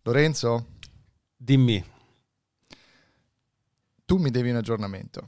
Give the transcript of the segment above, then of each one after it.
Lorenzo, Dimmi. tu mi devi un aggiornamento.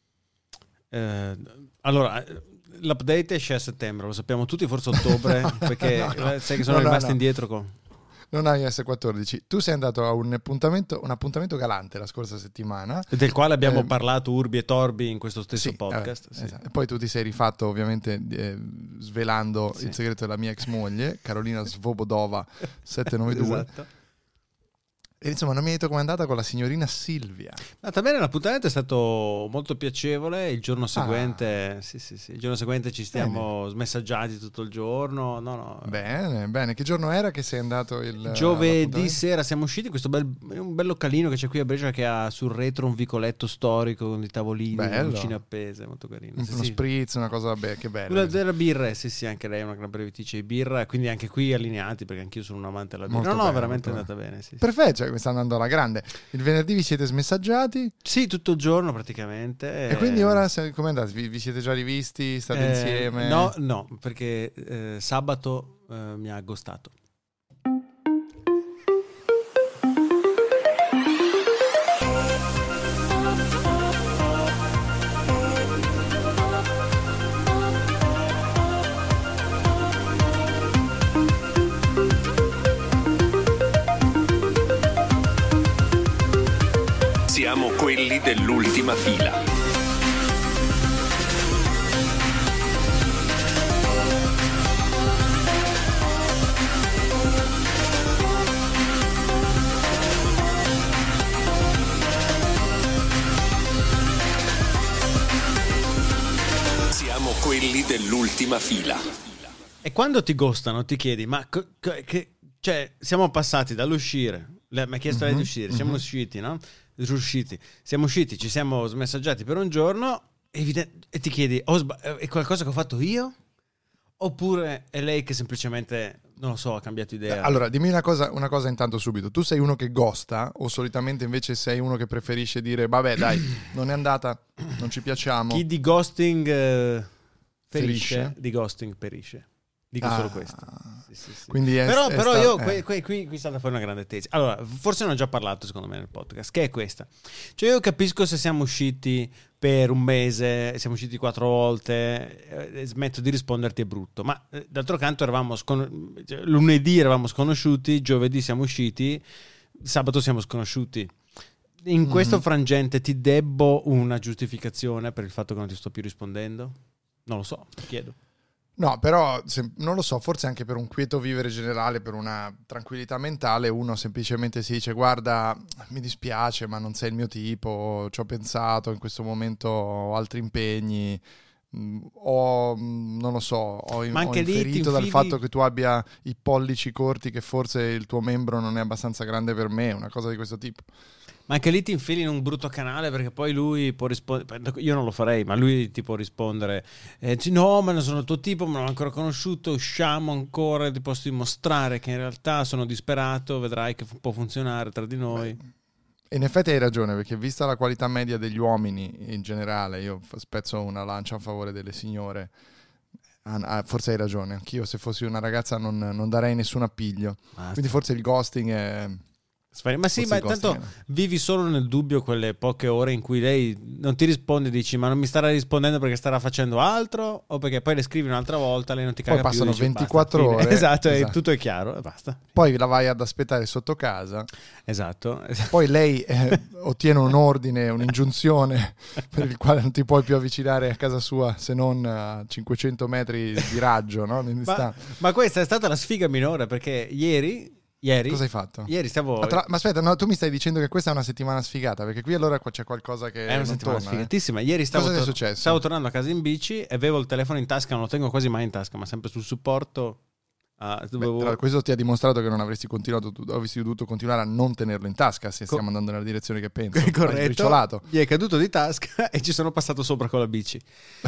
Allora, l'update esce a settembre, lo sappiamo tutti, forse ottobre, perché no. sai che sono rimasto indietro con... Non hai S14. Tu sei andato a un appuntamento galante la scorsa settimana. Del quale abbiamo parlato urbi e torbi in questo stesso podcast. Sì. Esatto. E poi tu ti sei rifatto ovviamente svelando Sì. il segreto della mia ex moglie, Carolina Svobodova 792. Esatto. E insomma non mi hai detto com'è andata con la signorina Silvia. Andata bene, l'appuntamento è stato molto piacevole. Il giorno seguente, il giorno seguente ci stiamo smessaggiati tutto il giorno. No. Bene. Che giorno era che sei andato Giovedì sera siamo usciti in questo un bel localino che c'è qui a Brescia, che ha sul retro un vicoletto storico con i tavolini, lucine appese, molto carino. Uno spritz, una cosa che bella. Della birra, sì, anche lei è una gran brevitrice di birra, quindi anche qui allineati, perché anch'io sono un amante della birra. Molto bene, veramente è molto andata bene. Sì. Perfetto, mi sta andando alla grande. Il venerdì vi siete smessaggiati? Sì, tutto il giorno praticamente. E quindi ora come andate? Vi siete già rivisti? State insieme? No, perché sabato mi ha aggostato. Siamo quelli dell'ultima fila. Siamo quelli dell'ultima fila. E quando ti ghostano ti chiedi, ma cioè, siamo passati dall'uscire, mi ha chiesto lei di uscire, siamo usciti, no? Siamo usciti, ci siamo smessaggiati per un giorno e ti chiedi, è qualcosa che ho fatto io? Oppure è lei che semplicemente, non lo so, ha cambiato idea? Allora, dimmi una cosa intanto subito. Tu sei uno che ghosta o solitamente invece sei uno che preferisce dire vabbè dai, non è andata, non ci piacciamo? Chi di ghosting Ferisce? di ghosting perisce. Dico solo questo. Sì. Quindi però io qui salta fuori una grande tesi. Allora, forse ne ho già parlato secondo me nel podcast, che è questa. Cioè io capisco se siamo usciti per un mese, siamo usciti 4 volte, smetto di risponderti, è brutto. Ma d'altro canto lunedì eravamo sconosciuti, giovedì siamo usciti, sabato siamo sconosciuti. In questo frangente ti debbo una giustificazione per il fatto che non ti sto più rispondendo? Non lo so, ti chiedo. No, però non lo so, forse anche per un quieto vivere generale, per una tranquillità mentale, uno semplicemente si dice guarda, mi dispiace ma non sei il mio tipo, ci ho pensato, in questo momento ho altri impegni, non lo so, ho inferito dal fatto che tu abbia i pollici corti che forse il tuo membro non è abbastanza grande per me, una cosa di questo tipo. Ma anche lì ti infili in un brutto canale, perché poi lui può rispondere, io non lo farei, ma lui ti può rispondere no, ma non sono il tuo tipo, ma non l'ho ancora conosciuto, usciamo ancora, ti posso dimostrare che in realtà sono disperato, vedrai che può funzionare tra di noi. In effetti hai ragione, perché vista la qualità media degli uomini in generale, io spezzo una lancia a favore delle signore, forse hai ragione, anch'io se fossi una ragazza non darei nessun appiglio. Basta. Quindi forse il ghosting è... Ma sì, ma tanto vivi solo nel dubbio quelle poche ore in cui lei non ti risponde, dici ma non mi starà rispondendo perché starà facendo altro, o perché poi le scrivi un'altra volta, lei non ti caga poi più, passano dici, 24 basta, ore esatto, e tutto è chiaro e basta. Poi la vai ad aspettare sotto casa, esatto. Poi lei ottiene un ordine, un'ingiunzione per il quale non ti puoi più avvicinare a casa sua se non a 500 metri di raggio, no? Ma questa è stata la sfiga minore, perché ieri cosa hai fatto? Ieri stavo... Ma aspetta, no, tu mi stai dicendo che questa è una settimana sfigata, perché qui allora c'è qualcosa che è una settimana sfigatissima. Ieri stavo tornando a casa in bici e avevo il telefono in tasca, non lo tengo quasi mai in tasca, ma sempre sul supporto. Questo ti ha dimostrato che non avresti dovuto continuare a non tenerlo in tasca se stiamo andando nella direzione che penso. Corretto. Gli è caduto di tasca e ci sono passato sopra con la bici.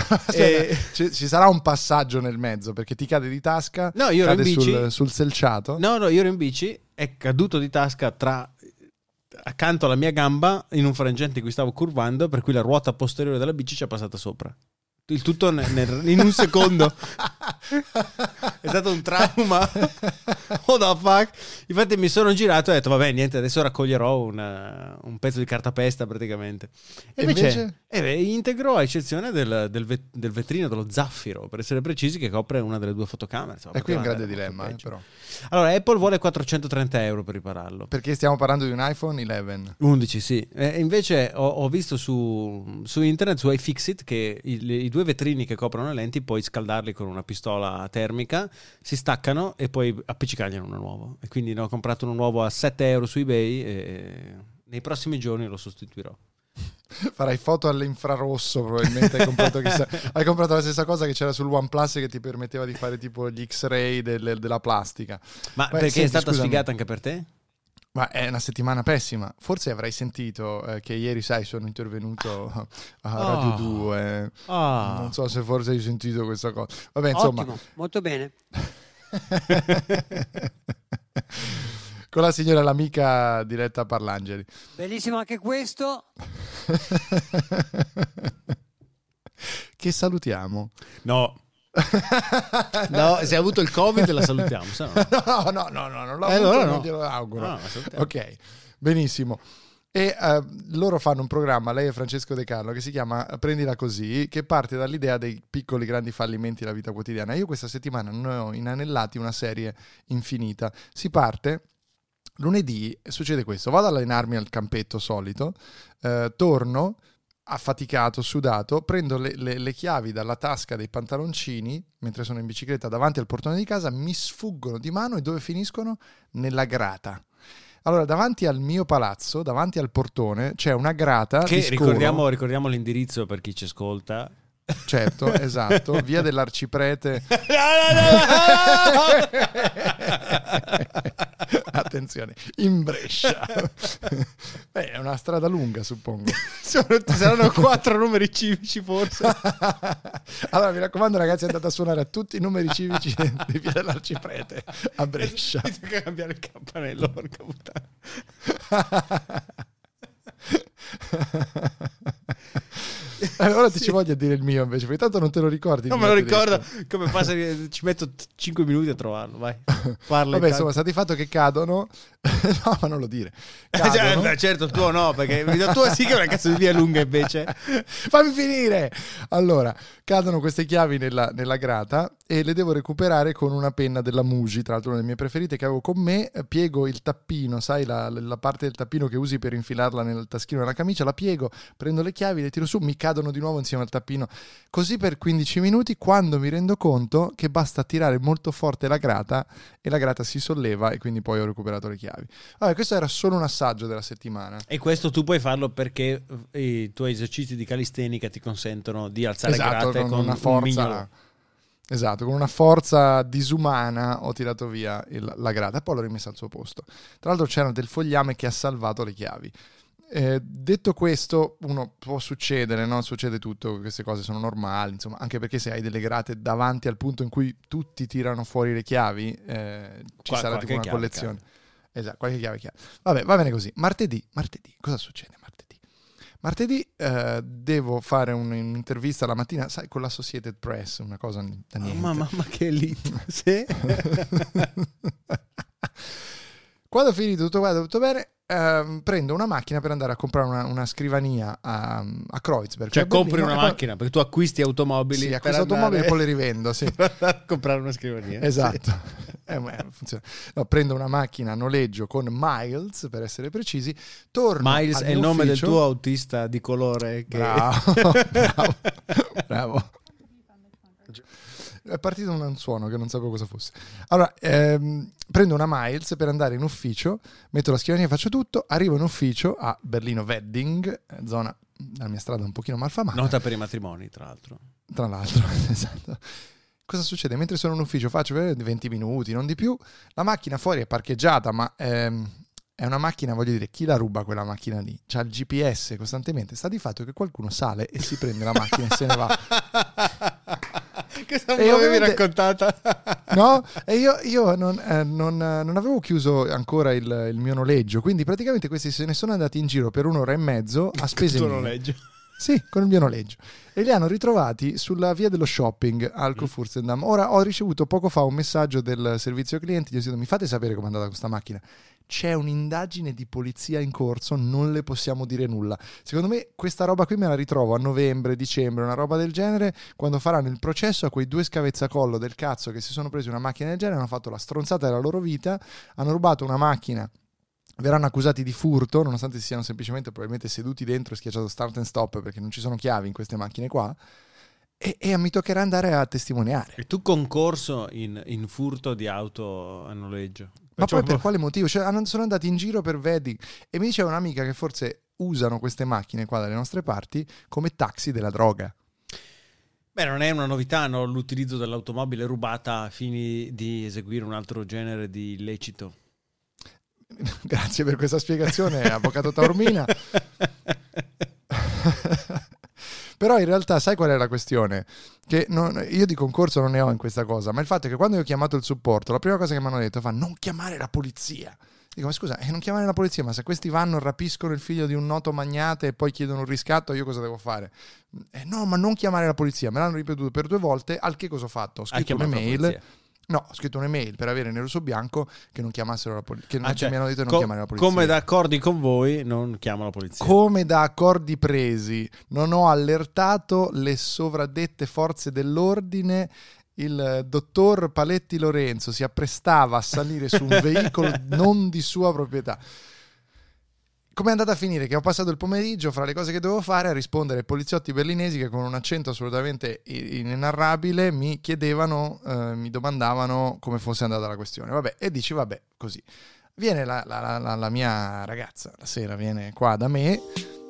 Ci sarà un passaggio nel mezzo perché ti cade di tasca, no, io ero in bici sul selciato. No, io ero in bici, è caduto di tasca accanto alla mia gamba in un frangente in cui stavo curvando, per cui la ruota posteriore della bici ci è passata sopra. il tutto in un secondo. È stato un trauma. What the fuck? Infatti mi sono girato e ho detto vabbè niente, adesso raccoglierò un pezzo di cartapesta praticamente. E invece integro a eccezione del vetrino, dello zaffiro, per essere precisi, che copre una delle due fotocamere. E qui è un grande dilemma, però. Allora Apple vuole 430 euro per ripararlo. Perché stiamo parlando di un iPhone 11, sì. Invece ho visto su internet, su iFixit, che i due vetrini che coprono le lenti puoi scaldarli con una pistola termica, si staccano e poi appiccicargliene uno nuovo. E quindi ne ho comprato uno nuovo a 7 euro su eBay e nei prossimi giorni lo sostituirò. Farai foto all'infrarosso, probabilmente hai comprato la stessa cosa che c'era sul OnePlus, che ti permetteva di fare tipo gli X-ray della plastica. Ma perché è stata sfigata anche per te? Ma è una settimana pessima. Forse avrai sentito che ieri, sai, sono intervenuto a Radio 2. Non so se forse hai sentito questa cosa. Vabbè, insomma. Ottimo, molto bene. Con la signora, l'amica Diletta Parlangeli. Bellissimo anche questo. Che salutiamo. No, se ha avuto il Covid la salutiamo. No, non l'ho avuto, non glielo auguro. No, ok, benissimo. E loro fanno un programma, lei e Francesco De Carlo, che si chiama Prendila Così, che parte dall'idea dei piccoli grandi fallimenti della vita quotidiana. Io questa settimana ne ho inanellati una serie infinita. Si parte lunedì, succede questo: vado ad allenarmi al campetto solito, torno affaticato, sudato, prendo le chiavi dalla tasca dei pantaloncini mentre sono in bicicletta davanti al portone di casa, mi sfuggono di mano e dove finiscono? Nella grata. Allora, davanti al mio palazzo, davanti al portone, c'è una grata che di scuro. ricordiamo l'indirizzo per chi ci ascolta. Certo, esatto, via dell'Arciprete. Attenzione, in Brescia. È una strada lunga, suppongo. Saranno 4 numeri civici forse. Allora mi raccomando ragazzi, andate a suonare a tutti i numeri civici di via dell'Arciprete a Brescia. Tocca cambiare il campanello, porca puttana. Ora ti ci voglio dire il mio invece, perché tanto non te lo ricordi. Non me lo ricordo, come passa, ci metto 5 minuti a trovarlo, vai. Parla. Vabbè, insomma, sta di fatto che cadono. No, ma non lo dire. Cadono. Certo, il tuo no, perché il tuo sì che è una cazzo di via lunga invece. Fammi finire! Allora, cadono queste chiavi nella grata e le devo recuperare con una penna della Muji, tra l'altro una delle mie preferite che avevo con me. Piego il tappino, sai, la parte del tappino che usi per infilarla nel taschino della camicia, la piego, prendo le chiavi, le tiro su, mi cadono di nuovo insieme al tappino, così per 15 minuti, quando mi rendo conto che basta tirare molto forte la grata e la grata si solleva e quindi poi ho recuperato le chiavi. Vabbè, questo era solo un assaggio della settimana. E questo tu puoi farlo perché i tuoi esercizi di calistenica ti consentono di alzare grate con una forza. Esatto, con una forza disumana ho tirato via la grata e poi l'ho rimessa al suo posto. Tra l'altro c'era del fogliame che ha salvato le chiavi. Detto questo, uno può succedere, no? Succede tutto, queste cose sono normali, insomma, anche perché se hai delle grate davanti al punto in cui tutti tirano fuori le chiavi, ci sarà tipo una collezione. Esatto, qualche chiave. Vabbè, va bene così. Martedì, cosa succede martedì? Martedì devo fare un'intervista la mattina, sai, con l'Associated Press, una cosa da niente. Mamma che elite. Sì. Quando ho finito tutto bene, prendo una macchina per andare a comprare una scrivania a Kreuzberg. Cioè compri una macchina, perché tu acquisti automobili. Sì, acquisto automobili e poi le rivendo, sì. Per comprare una scrivania. Esatto. Sì. Funziona. No, prendo una macchina a noleggio con Miles, per essere precisi, torno Miles è il nome del tuo autista di colore che... Bravo. È partito un suono che non sapevo cosa fosse. Allora, prendo una Miles per andare in ufficio, metto la scrivania, faccio tutto, arrivo in ufficio a Berlino Wedding, zona, la mia strada un pochino malfamata. Nota per i matrimoni, tra l'altro. Esatto. Cosa succede? Mentre sono in ufficio faccio 20 minuti, non di più, la macchina fuori è parcheggiata, ma è una macchina, voglio dire, chi la ruba quella macchina lì? C'ha il GPS costantemente, sta di fatto che qualcuno sale e si prende la macchina e se ne va. Questa non l'avevi raccontata. No? E io non avevo chiuso ancora il mio noleggio, quindi praticamente questi se ne sono andati in giro per un'ora e mezzo a spese il tuo mie. noleggio. Sì, con il mio noleggio. E li hanno ritrovati sulla via dello shopping al Kurfürstendamm. Ora ho ricevuto poco fa un messaggio del servizio clienti, gli ho detto: mi fate sapere com'è andata questa macchina? C'è un'indagine di polizia in corso, non le possiamo dire nulla. Secondo me questa roba qui me la ritrovo a novembre, dicembre, una roba del genere, quando faranno il processo a quei due scavezzacollo del cazzo che si sono presi una macchina del genere, hanno fatto la stronzata della loro vita, hanno rubato una macchina, verranno accusati di furto, nonostante si siano semplicemente probabilmente seduti dentro e schiacciato start and stop, perché non ci sono chiavi in queste macchine qua, e mi toccherà andare a testimoniare. E tu concorso in furto di auto a noleggio? Ma poi per quale motivo? Cioè, sono andati in giro per vedi, e mi diceva un'amica che forse usano queste macchine qua dalle nostre parti come taxi della droga. Beh, non è una novità, no? L'utilizzo dell'automobile rubata a fini di eseguire un altro genere di illecito. Grazie per questa spiegazione, avvocato Taormina. Però in realtà sai qual è la questione? Che io di concorso non ne ho in questa cosa, ma il fatto è che quando io ho chiamato il supporto, la prima cosa che mi hanno detto è: non chiamare la polizia. Dico: ma scusa, non chiamare la polizia, ma se questi vanno, rapiscono il figlio di un noto magnate e poi chiedono un riscatto, io cosa devo fare? No, ma non chiamare la polizia. Me l'hanno ripetuto per 2 volte, al che cosa ho fatto? Ho scritto un'email. No, ho scritto un'email per avere nero su bianco che non chiamassero la polizia. Che mi hanno detto di non chiamare la polizia. Come da accordi con voi, non chiamo la polizia. Come da accordi presi, non ho allertato le sovraddette forze dell'ordine. Il dottor Paletti Lorenzo si apprestava a salire su un veicolo non di sua proprietà. Come è andata a finire? Che ho passato il pomeriggio, fra le cose che dovevo fare, a rispondere ai poliziotti berlinesi che con un accento assolutamente inenarrabile mi chiedevano, mi domandavano come fosse andata la questione. Vabbè, e dici: vabbè, così. Viene la mia ragazza, la sera viene qua da me.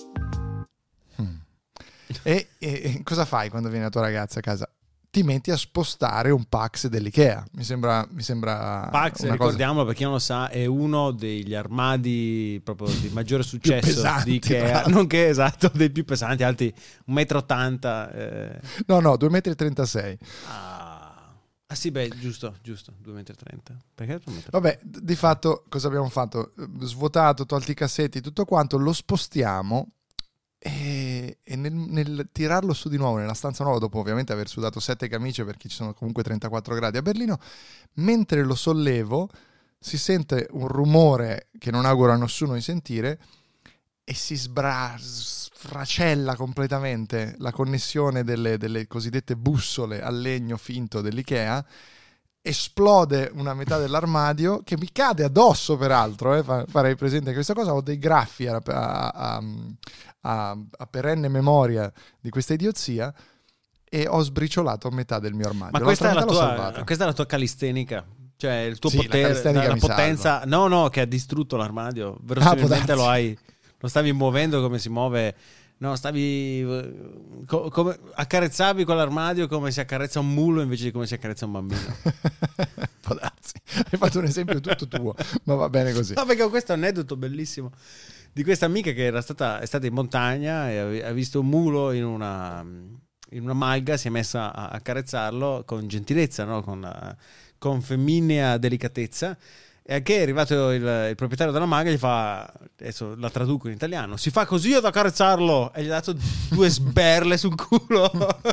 E cosa fai quando viene la tua ragazza a casa? Ti metti a spostare un Pax dell'Ikea. Mi sembra Pax, ricordiamolo, per chi non lo sa, è uno degli armadi proprio di maggiore successo pesanti, di Ikea, nonché dei più pesanti, alti 1,80 m. No, 2,36 m. Ah sì, beh, giusto, 2,30 m. Perché 2 metri? Vabbè, di fatto cosa abbiamo fatto? Svuotato, tolti i cassetti, tutto quanto, lo spostiamo. E nel tirarlo su di nuovo nella stanza nuova, dopo ovviamente aver sudato 7 camicie, perché ci sono comunque 34 gradi a Berlino, mentre lo sollevo si sente un rumore che non auguro a nessuno di sentire e si sfracella completamente la connessione delle cosiddette bussole al legno finto dell'Ikea. Esplode una metà dell'armadio che mi cade addosso, peraltro, farei presente che questa cosa, ho dei graffi a perenne memoria di questa idiozia, e ho sbriciolato metà del mio armadio. Ma questa è la tua calistenica, cioè il tuo potere, la potenza, no, che ha distrutto l'armadio. Verosimilmente lo stavi muovendo come si muove. No, come accarezzavi quell'armadio come si accarezza un mulo invece di come si accarezza un bambino. Può darsi. Hai fatto un esempio tutto tuo, ma va bene così. No, perché ho questo aneddoto bellissimo di questa amica che è stata in montagna e ha visto un mulo in una malga, si è messa a accarezzarlo con gentilezza, no? Con femminea delicatezza. E che è arrivato il proprietario della maga, gli fa, adesso la traduco in italiano: si fa così ad accarezzarlo, e gli ha dato 2 sberle sul culo.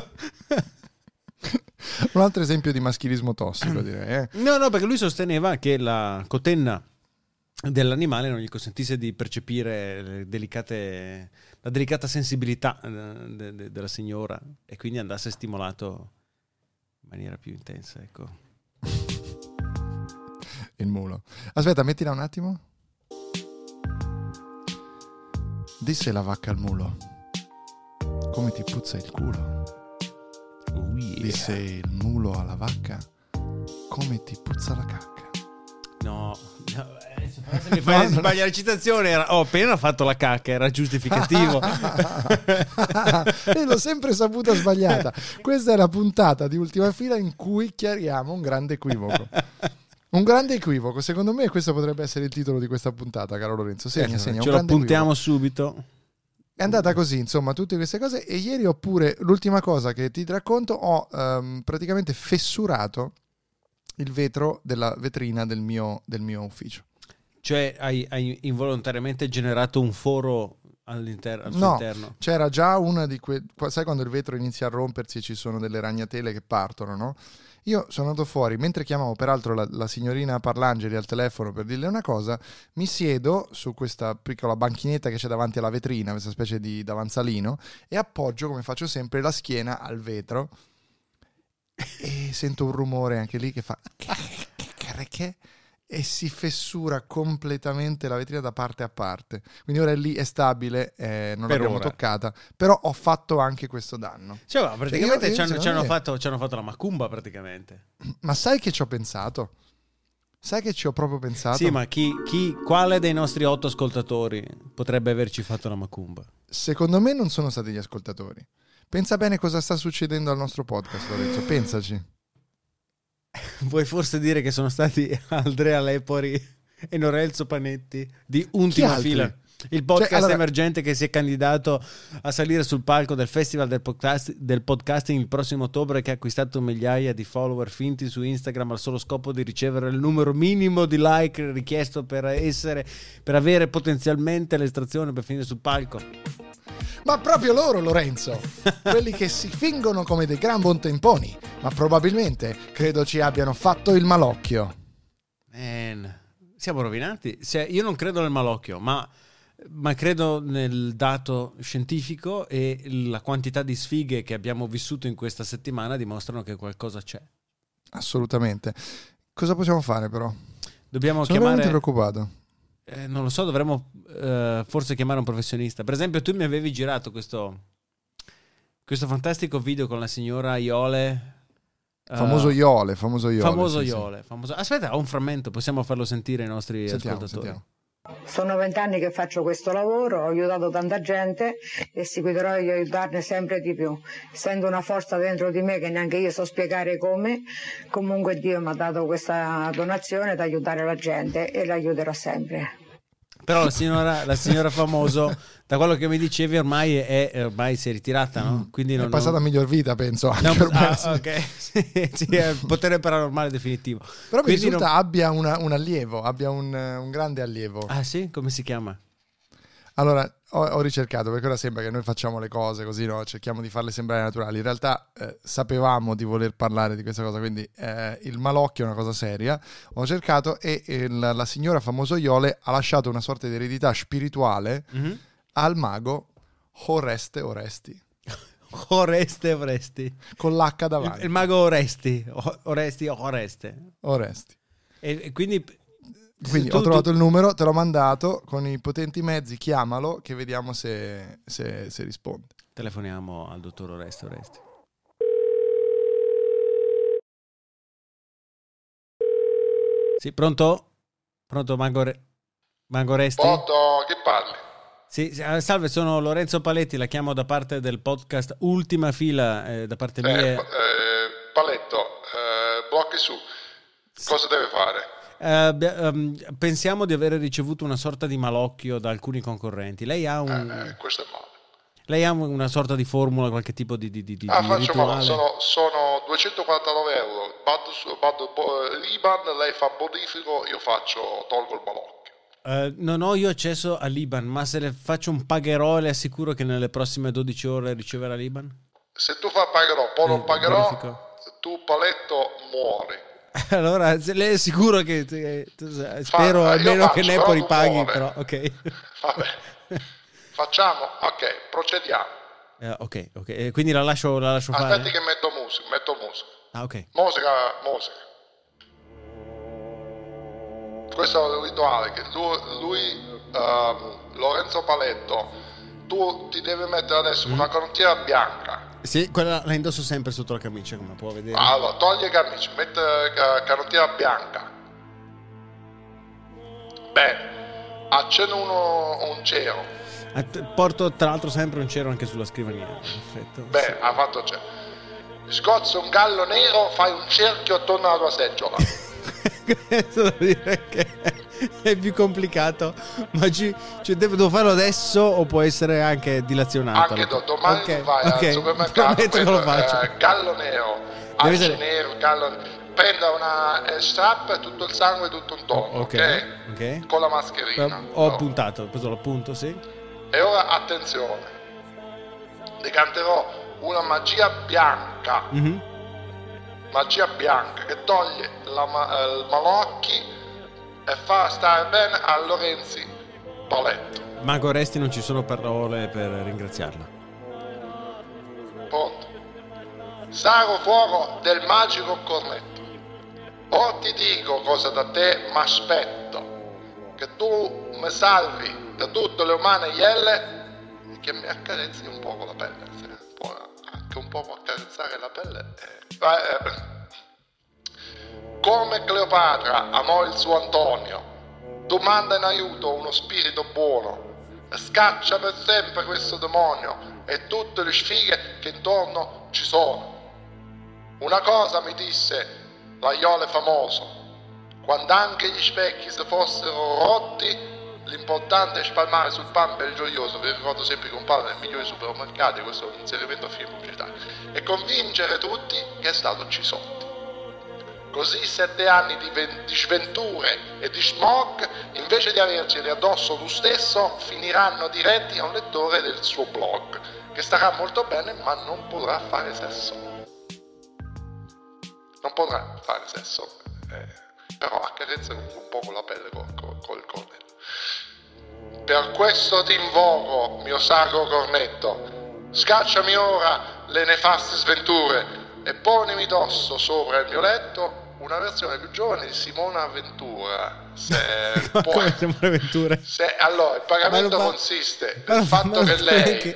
Un altro esempio di maschilismo tossico, direi. No, perché lui sosteneva che la cotenna dell'animale non gli consentisse di percepire la delicata sensibilità della signora, e quindi andasse stimolato in maniera più intensa, ecco. Il mulo. Aspetta, mettila un attimo. Disse la vacca al mulo: come ti puzza il culo? Oh yeah. Disse il mulo alla vacca: come ti puzza la cacca? No, se mi fai sbagliare la citazione, ho appena fatto la cacca, era giustificativo. E l'ho sempre saputa sbagliata. Questa è la puntata di Ultima Fila in cui chiariamo un grande equivoco. Un grande equivoco, secondo me questo potrebbe essere il titolo di questa puntata, caro Lorenzo. Segna. Ce lo puntiamo subito. È andata così, insomma, tutte queste cose. E ieri ho pure, l'ultima cosa che ti racconto, ho praticamente fessurato il vetro della vetrina del mio ufficio. Cioè hai involontariamente generato un foro al suo No, interno. c'era già una di sai quando il vetro inizia a rompersi e ci sono delle ragnatele che partono, no? Io sono andato fuori, mentre chiamavo peraltro la signorina Parlangeli al telefono per dirle una cosa, mi siedo su questa piccola banchinetta che c'è davanti alla vetrina, questa specie di davanzalino, e appoggio, come faccio sempre, la schiena al vetro e sento un rumore anche lì che fa che e si fessura completamente la vetrina da parte a parte. Quindi ora è lì, è stabile, non Per l'abbiamo ora. toccata, però ho fatto anche questo danno. Cioè, praticamente io ci hanno secondo fatto la macumba praticamente. Ma sai che ci ho pensato? Sai che ci ho proprio pensato? Sì, ma quale dei nostri 8 ascoltatori potrebbe averci fatto la macumba? Secondo me non sono stati gli ascoltatori. Pensa bene cosa sta succedendo al nostro podcast, Lorenzo, pensaci. Vuoi forse dire che sono stati Andrea Lepori e Lorenzo Panetti di Ultima altri? Fila, il podcast Cioè, allora- emergente che si è candidato a salire sul palco del Festival del podcasting il prossimo ottobre, che ha acquistato migliaia di follower finti su Instagram al solo scopo di ricevere il numero minimo di like richiesto per avere potenzialmente l'estrazione per finire sul palco. Ma proprio loro, Lorenzo, quelli che si fingono come dei gran buontemponi, ma probabilmente credo ci abbiano fatto il malocchio. Man, siamo rovinati. Io non credo nel malocchio, ma credo nel dato scientifico, e la quantità di sfighe che abbiamo vissuto in questa settimana dimostrano che qualcosa c'è. Assolutamente. Cosa possiamo fare però? Dobbiamo Sono chiamare... veramente preoccupato. non lo so, dovremmo forse chiamare un professionista. Per esempio, tu mi avevi girato questo fantastico video con la signora Iole. Famoso Iole. Famoso Sì, sì. Iole. Aspetta, ho un frammento, possiamo farlo sentire ai nostri ascoltatori. Sentiamo. Sono 20 anni che faccio questo lavoro, ho aiutato tanta gente e seguiterò di aiutarne sempre di più. Sento una forza dentro di me che neanche io so spiegare come. Comunque Dio mi ha dato questa donazione da aiutare la gente e l'aiuterò sempre. Però la signora Famoso, da quello che mi dicevi, ormai si è ritirata, no? Quindi È passata a miglior vita, penso. Anche No, ormai. ok. sì, è il potere paranormale definitivo. Però mi Quindi risulta abbia un allievo, abbia un grande allievo. Ah sì? Come si chiama? Allora, ho ricercato, perché ora sembra che noi facciamo le cose così, no? Cerchiamo di farle sembrare naturali. In realtà sapevamo di voler parlare di questa cosa, quindi il malocchio è una cosa seria. Ho cercato e la signora Famoso Iole ha lasciato una sorta di eredità spirituale al mago Oreste Oresti. Oresti. Con l'H davanti. Il mago Oresti. Oreste. Oresti. E quindi Ho trovato il numero, te l'ho mandato, con i potenti mezzi, chiamalo che vediamo se risponde. Telefoniamo al dottor Oresti. Sì, pronto? Pronto, Mago Oresti? Pronto, chi parli? Sì, salve, sono Lorenzo Paletti, la chiamo da parte del podcast Ultima Fila, da parte mia. Paletto, blocchi su. Cosa deve fare? Pensiamo di aver ricevuto una sorta di malocchio da alcuni concorrenti. Lei ha Questo è male. Lei ha una sorta di formula, qualche tipo di Faccio rituale? male, sono 249 euro. Vado l'Iban, lei fa bonifico, io tolgo il malocchio. Non ho io accesso all'Iban, ma se le faccio un pagherò, le assicuro che nelle prossime 12 ore riceverà l'Iban? Se tu fai pagherò, poi non pagherò, bonifico. tu Paletto muori. Allora, se lei è sicuro che spero almeno che Nepoli paghi, muore. però, ok. Vabbè. Facciamo? Ok, procediamo. Ok. Quindi la lascio fare? Aspetti che metto musica. Ah, ok. Musica. Questo è il rituale che lui Lorenzo Paletto, tu ti devi mettere adesso una canottiera bianca. Sì, quella la indosso sempre sotto la camicia, come può vedere. Allora, togli i camici, metti canottiera bianca. Bene, accendo un cero. Porto tra l'altro sempre un cero anche sulla scrivania. Perfetto. Bene, ha fatto cero. Scozzi un gallo nero, fai un cerchio attorno alla tua seggiola. Questo devo dire che è più complicato, ma devo farlo adesso o può essere anche dilazionato? Anche domani tu vai al supermercato, prometto che lo faccio. Gallo nero, ace nero, gallo nero. Prenda una strappa e tutto il sangue tutto intorno, ok? Ok. Con la mascherina. Ho appuntato, ho preso l'appunto, sì. E ora attenzione, ti canterò una magia bianca, magia bianca che toglie il malocchi e fa stare bene a Lorenzi Paletto. Mago Resti, non ci sono parole per ringraziarla. Pronto? Saro fuoco del magico cornetto. O ti dico cosa da te m'aspetto, che tu mi salvi da tutte le umane ielle e che mi accarezzi un po' con la pelle. Anche un po' accarezzare la pelle. Come Cleopatra amò il suo Antonio, tu manda in aiuto uno spirito buono e scaccia per sempre questo demonio e tutte le sfighe che intorno ci sono. Una cosa mi disse l'aiole famoso, quando anche gli specchi se fossero rotti, l'importante è spalmare sul pan per il gioioso. Vi ricordo sempre che un pan è il migliore supermercati, questo è un inserimento a film pubblicitario, e convincere tutti che è stato Cisotti. Così 7 anni di sventure e di smog, invece di averceli addosso tu stesso, finiranno diretti a un lettore del suo blog, che starà molto bene ma non potrà fare sesso. Non potrà fare sesso, però accarezza un po' con la pelle col cornetto. Per questo ti invoco, mio sacro cornetto, scacciami ora le nefaste sventure e ponimi dosso sopra il mio letto una versione più giovane di Simona Ventura. Come Simona Ventura? Allora, il pagamento consiste nel fatto che lei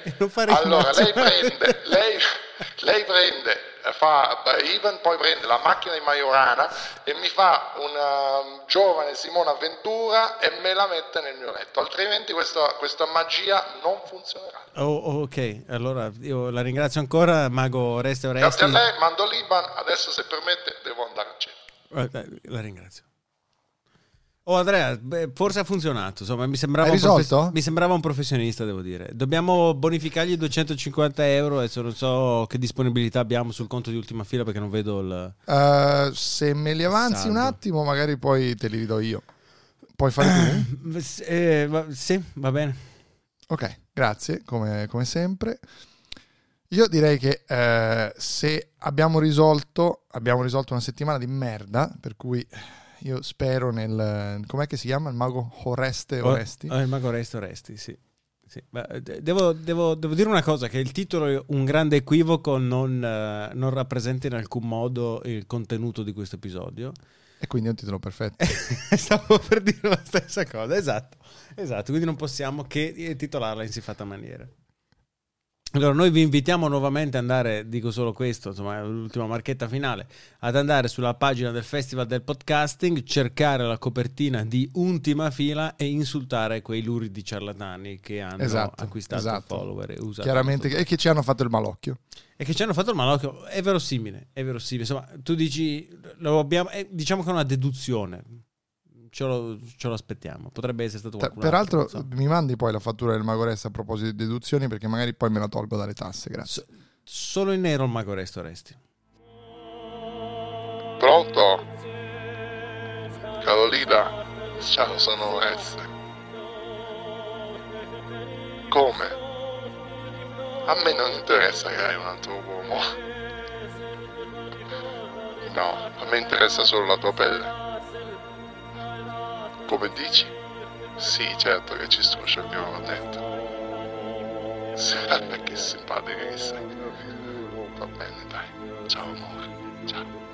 prende fa Even, poi prende la macchina di Majorana e mi fa una giovane Simona Ventura e me la mette nel mio letto, altrimenti questa magia non funzionerà. Ok, allora io la ringrazio ancora, Mago Resti Oresti. Grazie a lei, mando l'Iban, adesso se permette devo andare a cena. La ringrazio. Andrea, forse ha funzionato, insomma, mi sembrava mi sembrava un professionista, devo dire. Dobbiamo bonificargli 250 euro, adesso non so che disponibilità abbiamo sul conto di Ultima Fila perché non vedo il se me li avanzi saldo. Un attimo magari poi te li ridò io. Puoi fare tu? Sì, va bene. Ok, grazie, come sempre. Io direi che se abbiamo risolto una settimana di merda, per cui io spero com'è che si chiama? Il mago Oreste Oresti? Il mago Oreste Oresti, sì. Devo dire una cosa, che il titolo è un grande equivoco, non rappresenta in alcun modo il contenuto di questo episodio. E quindi è un titolo perfetto. Stavo per dire la stessa cosa, esatto, quindi non possiamo che titolarla in siffatta maniera. Allora noi vi invitiamo nuovamente ad andare, dico solo questo, insomma l'ultima marchetta finale, ad andare sulla pagina del Festival del Podcasting, cercare la copertina di Ultima Fila e insultare quei luridi ciarlatani che hanno acquistato follower e usato chiaramente, e che ci hanno fatto il malocchio. È verosimile, insomma tu dici, lo abbiamo, diciamo che è una deduzione. Ce lo aspettiamo, potrebbe essere stato qualcuno. Peraltro mi mandi poi la fattura del Mago Resti a proposito di deduzioni, perché magari poi me la tolgo dalle tasse, grazie. Solo in nero il Mago Resti Oresti. Pronto? Carolina, ciao, sono Oreste. Come? A me non interessa che hai un altro uomo. No, a me interessa solo la tua pelle. Come dici? Sì, certo che ci struscio il mio cornetto. Che simpatica che sei. Va bene, dai. Ciao amore. Ciao.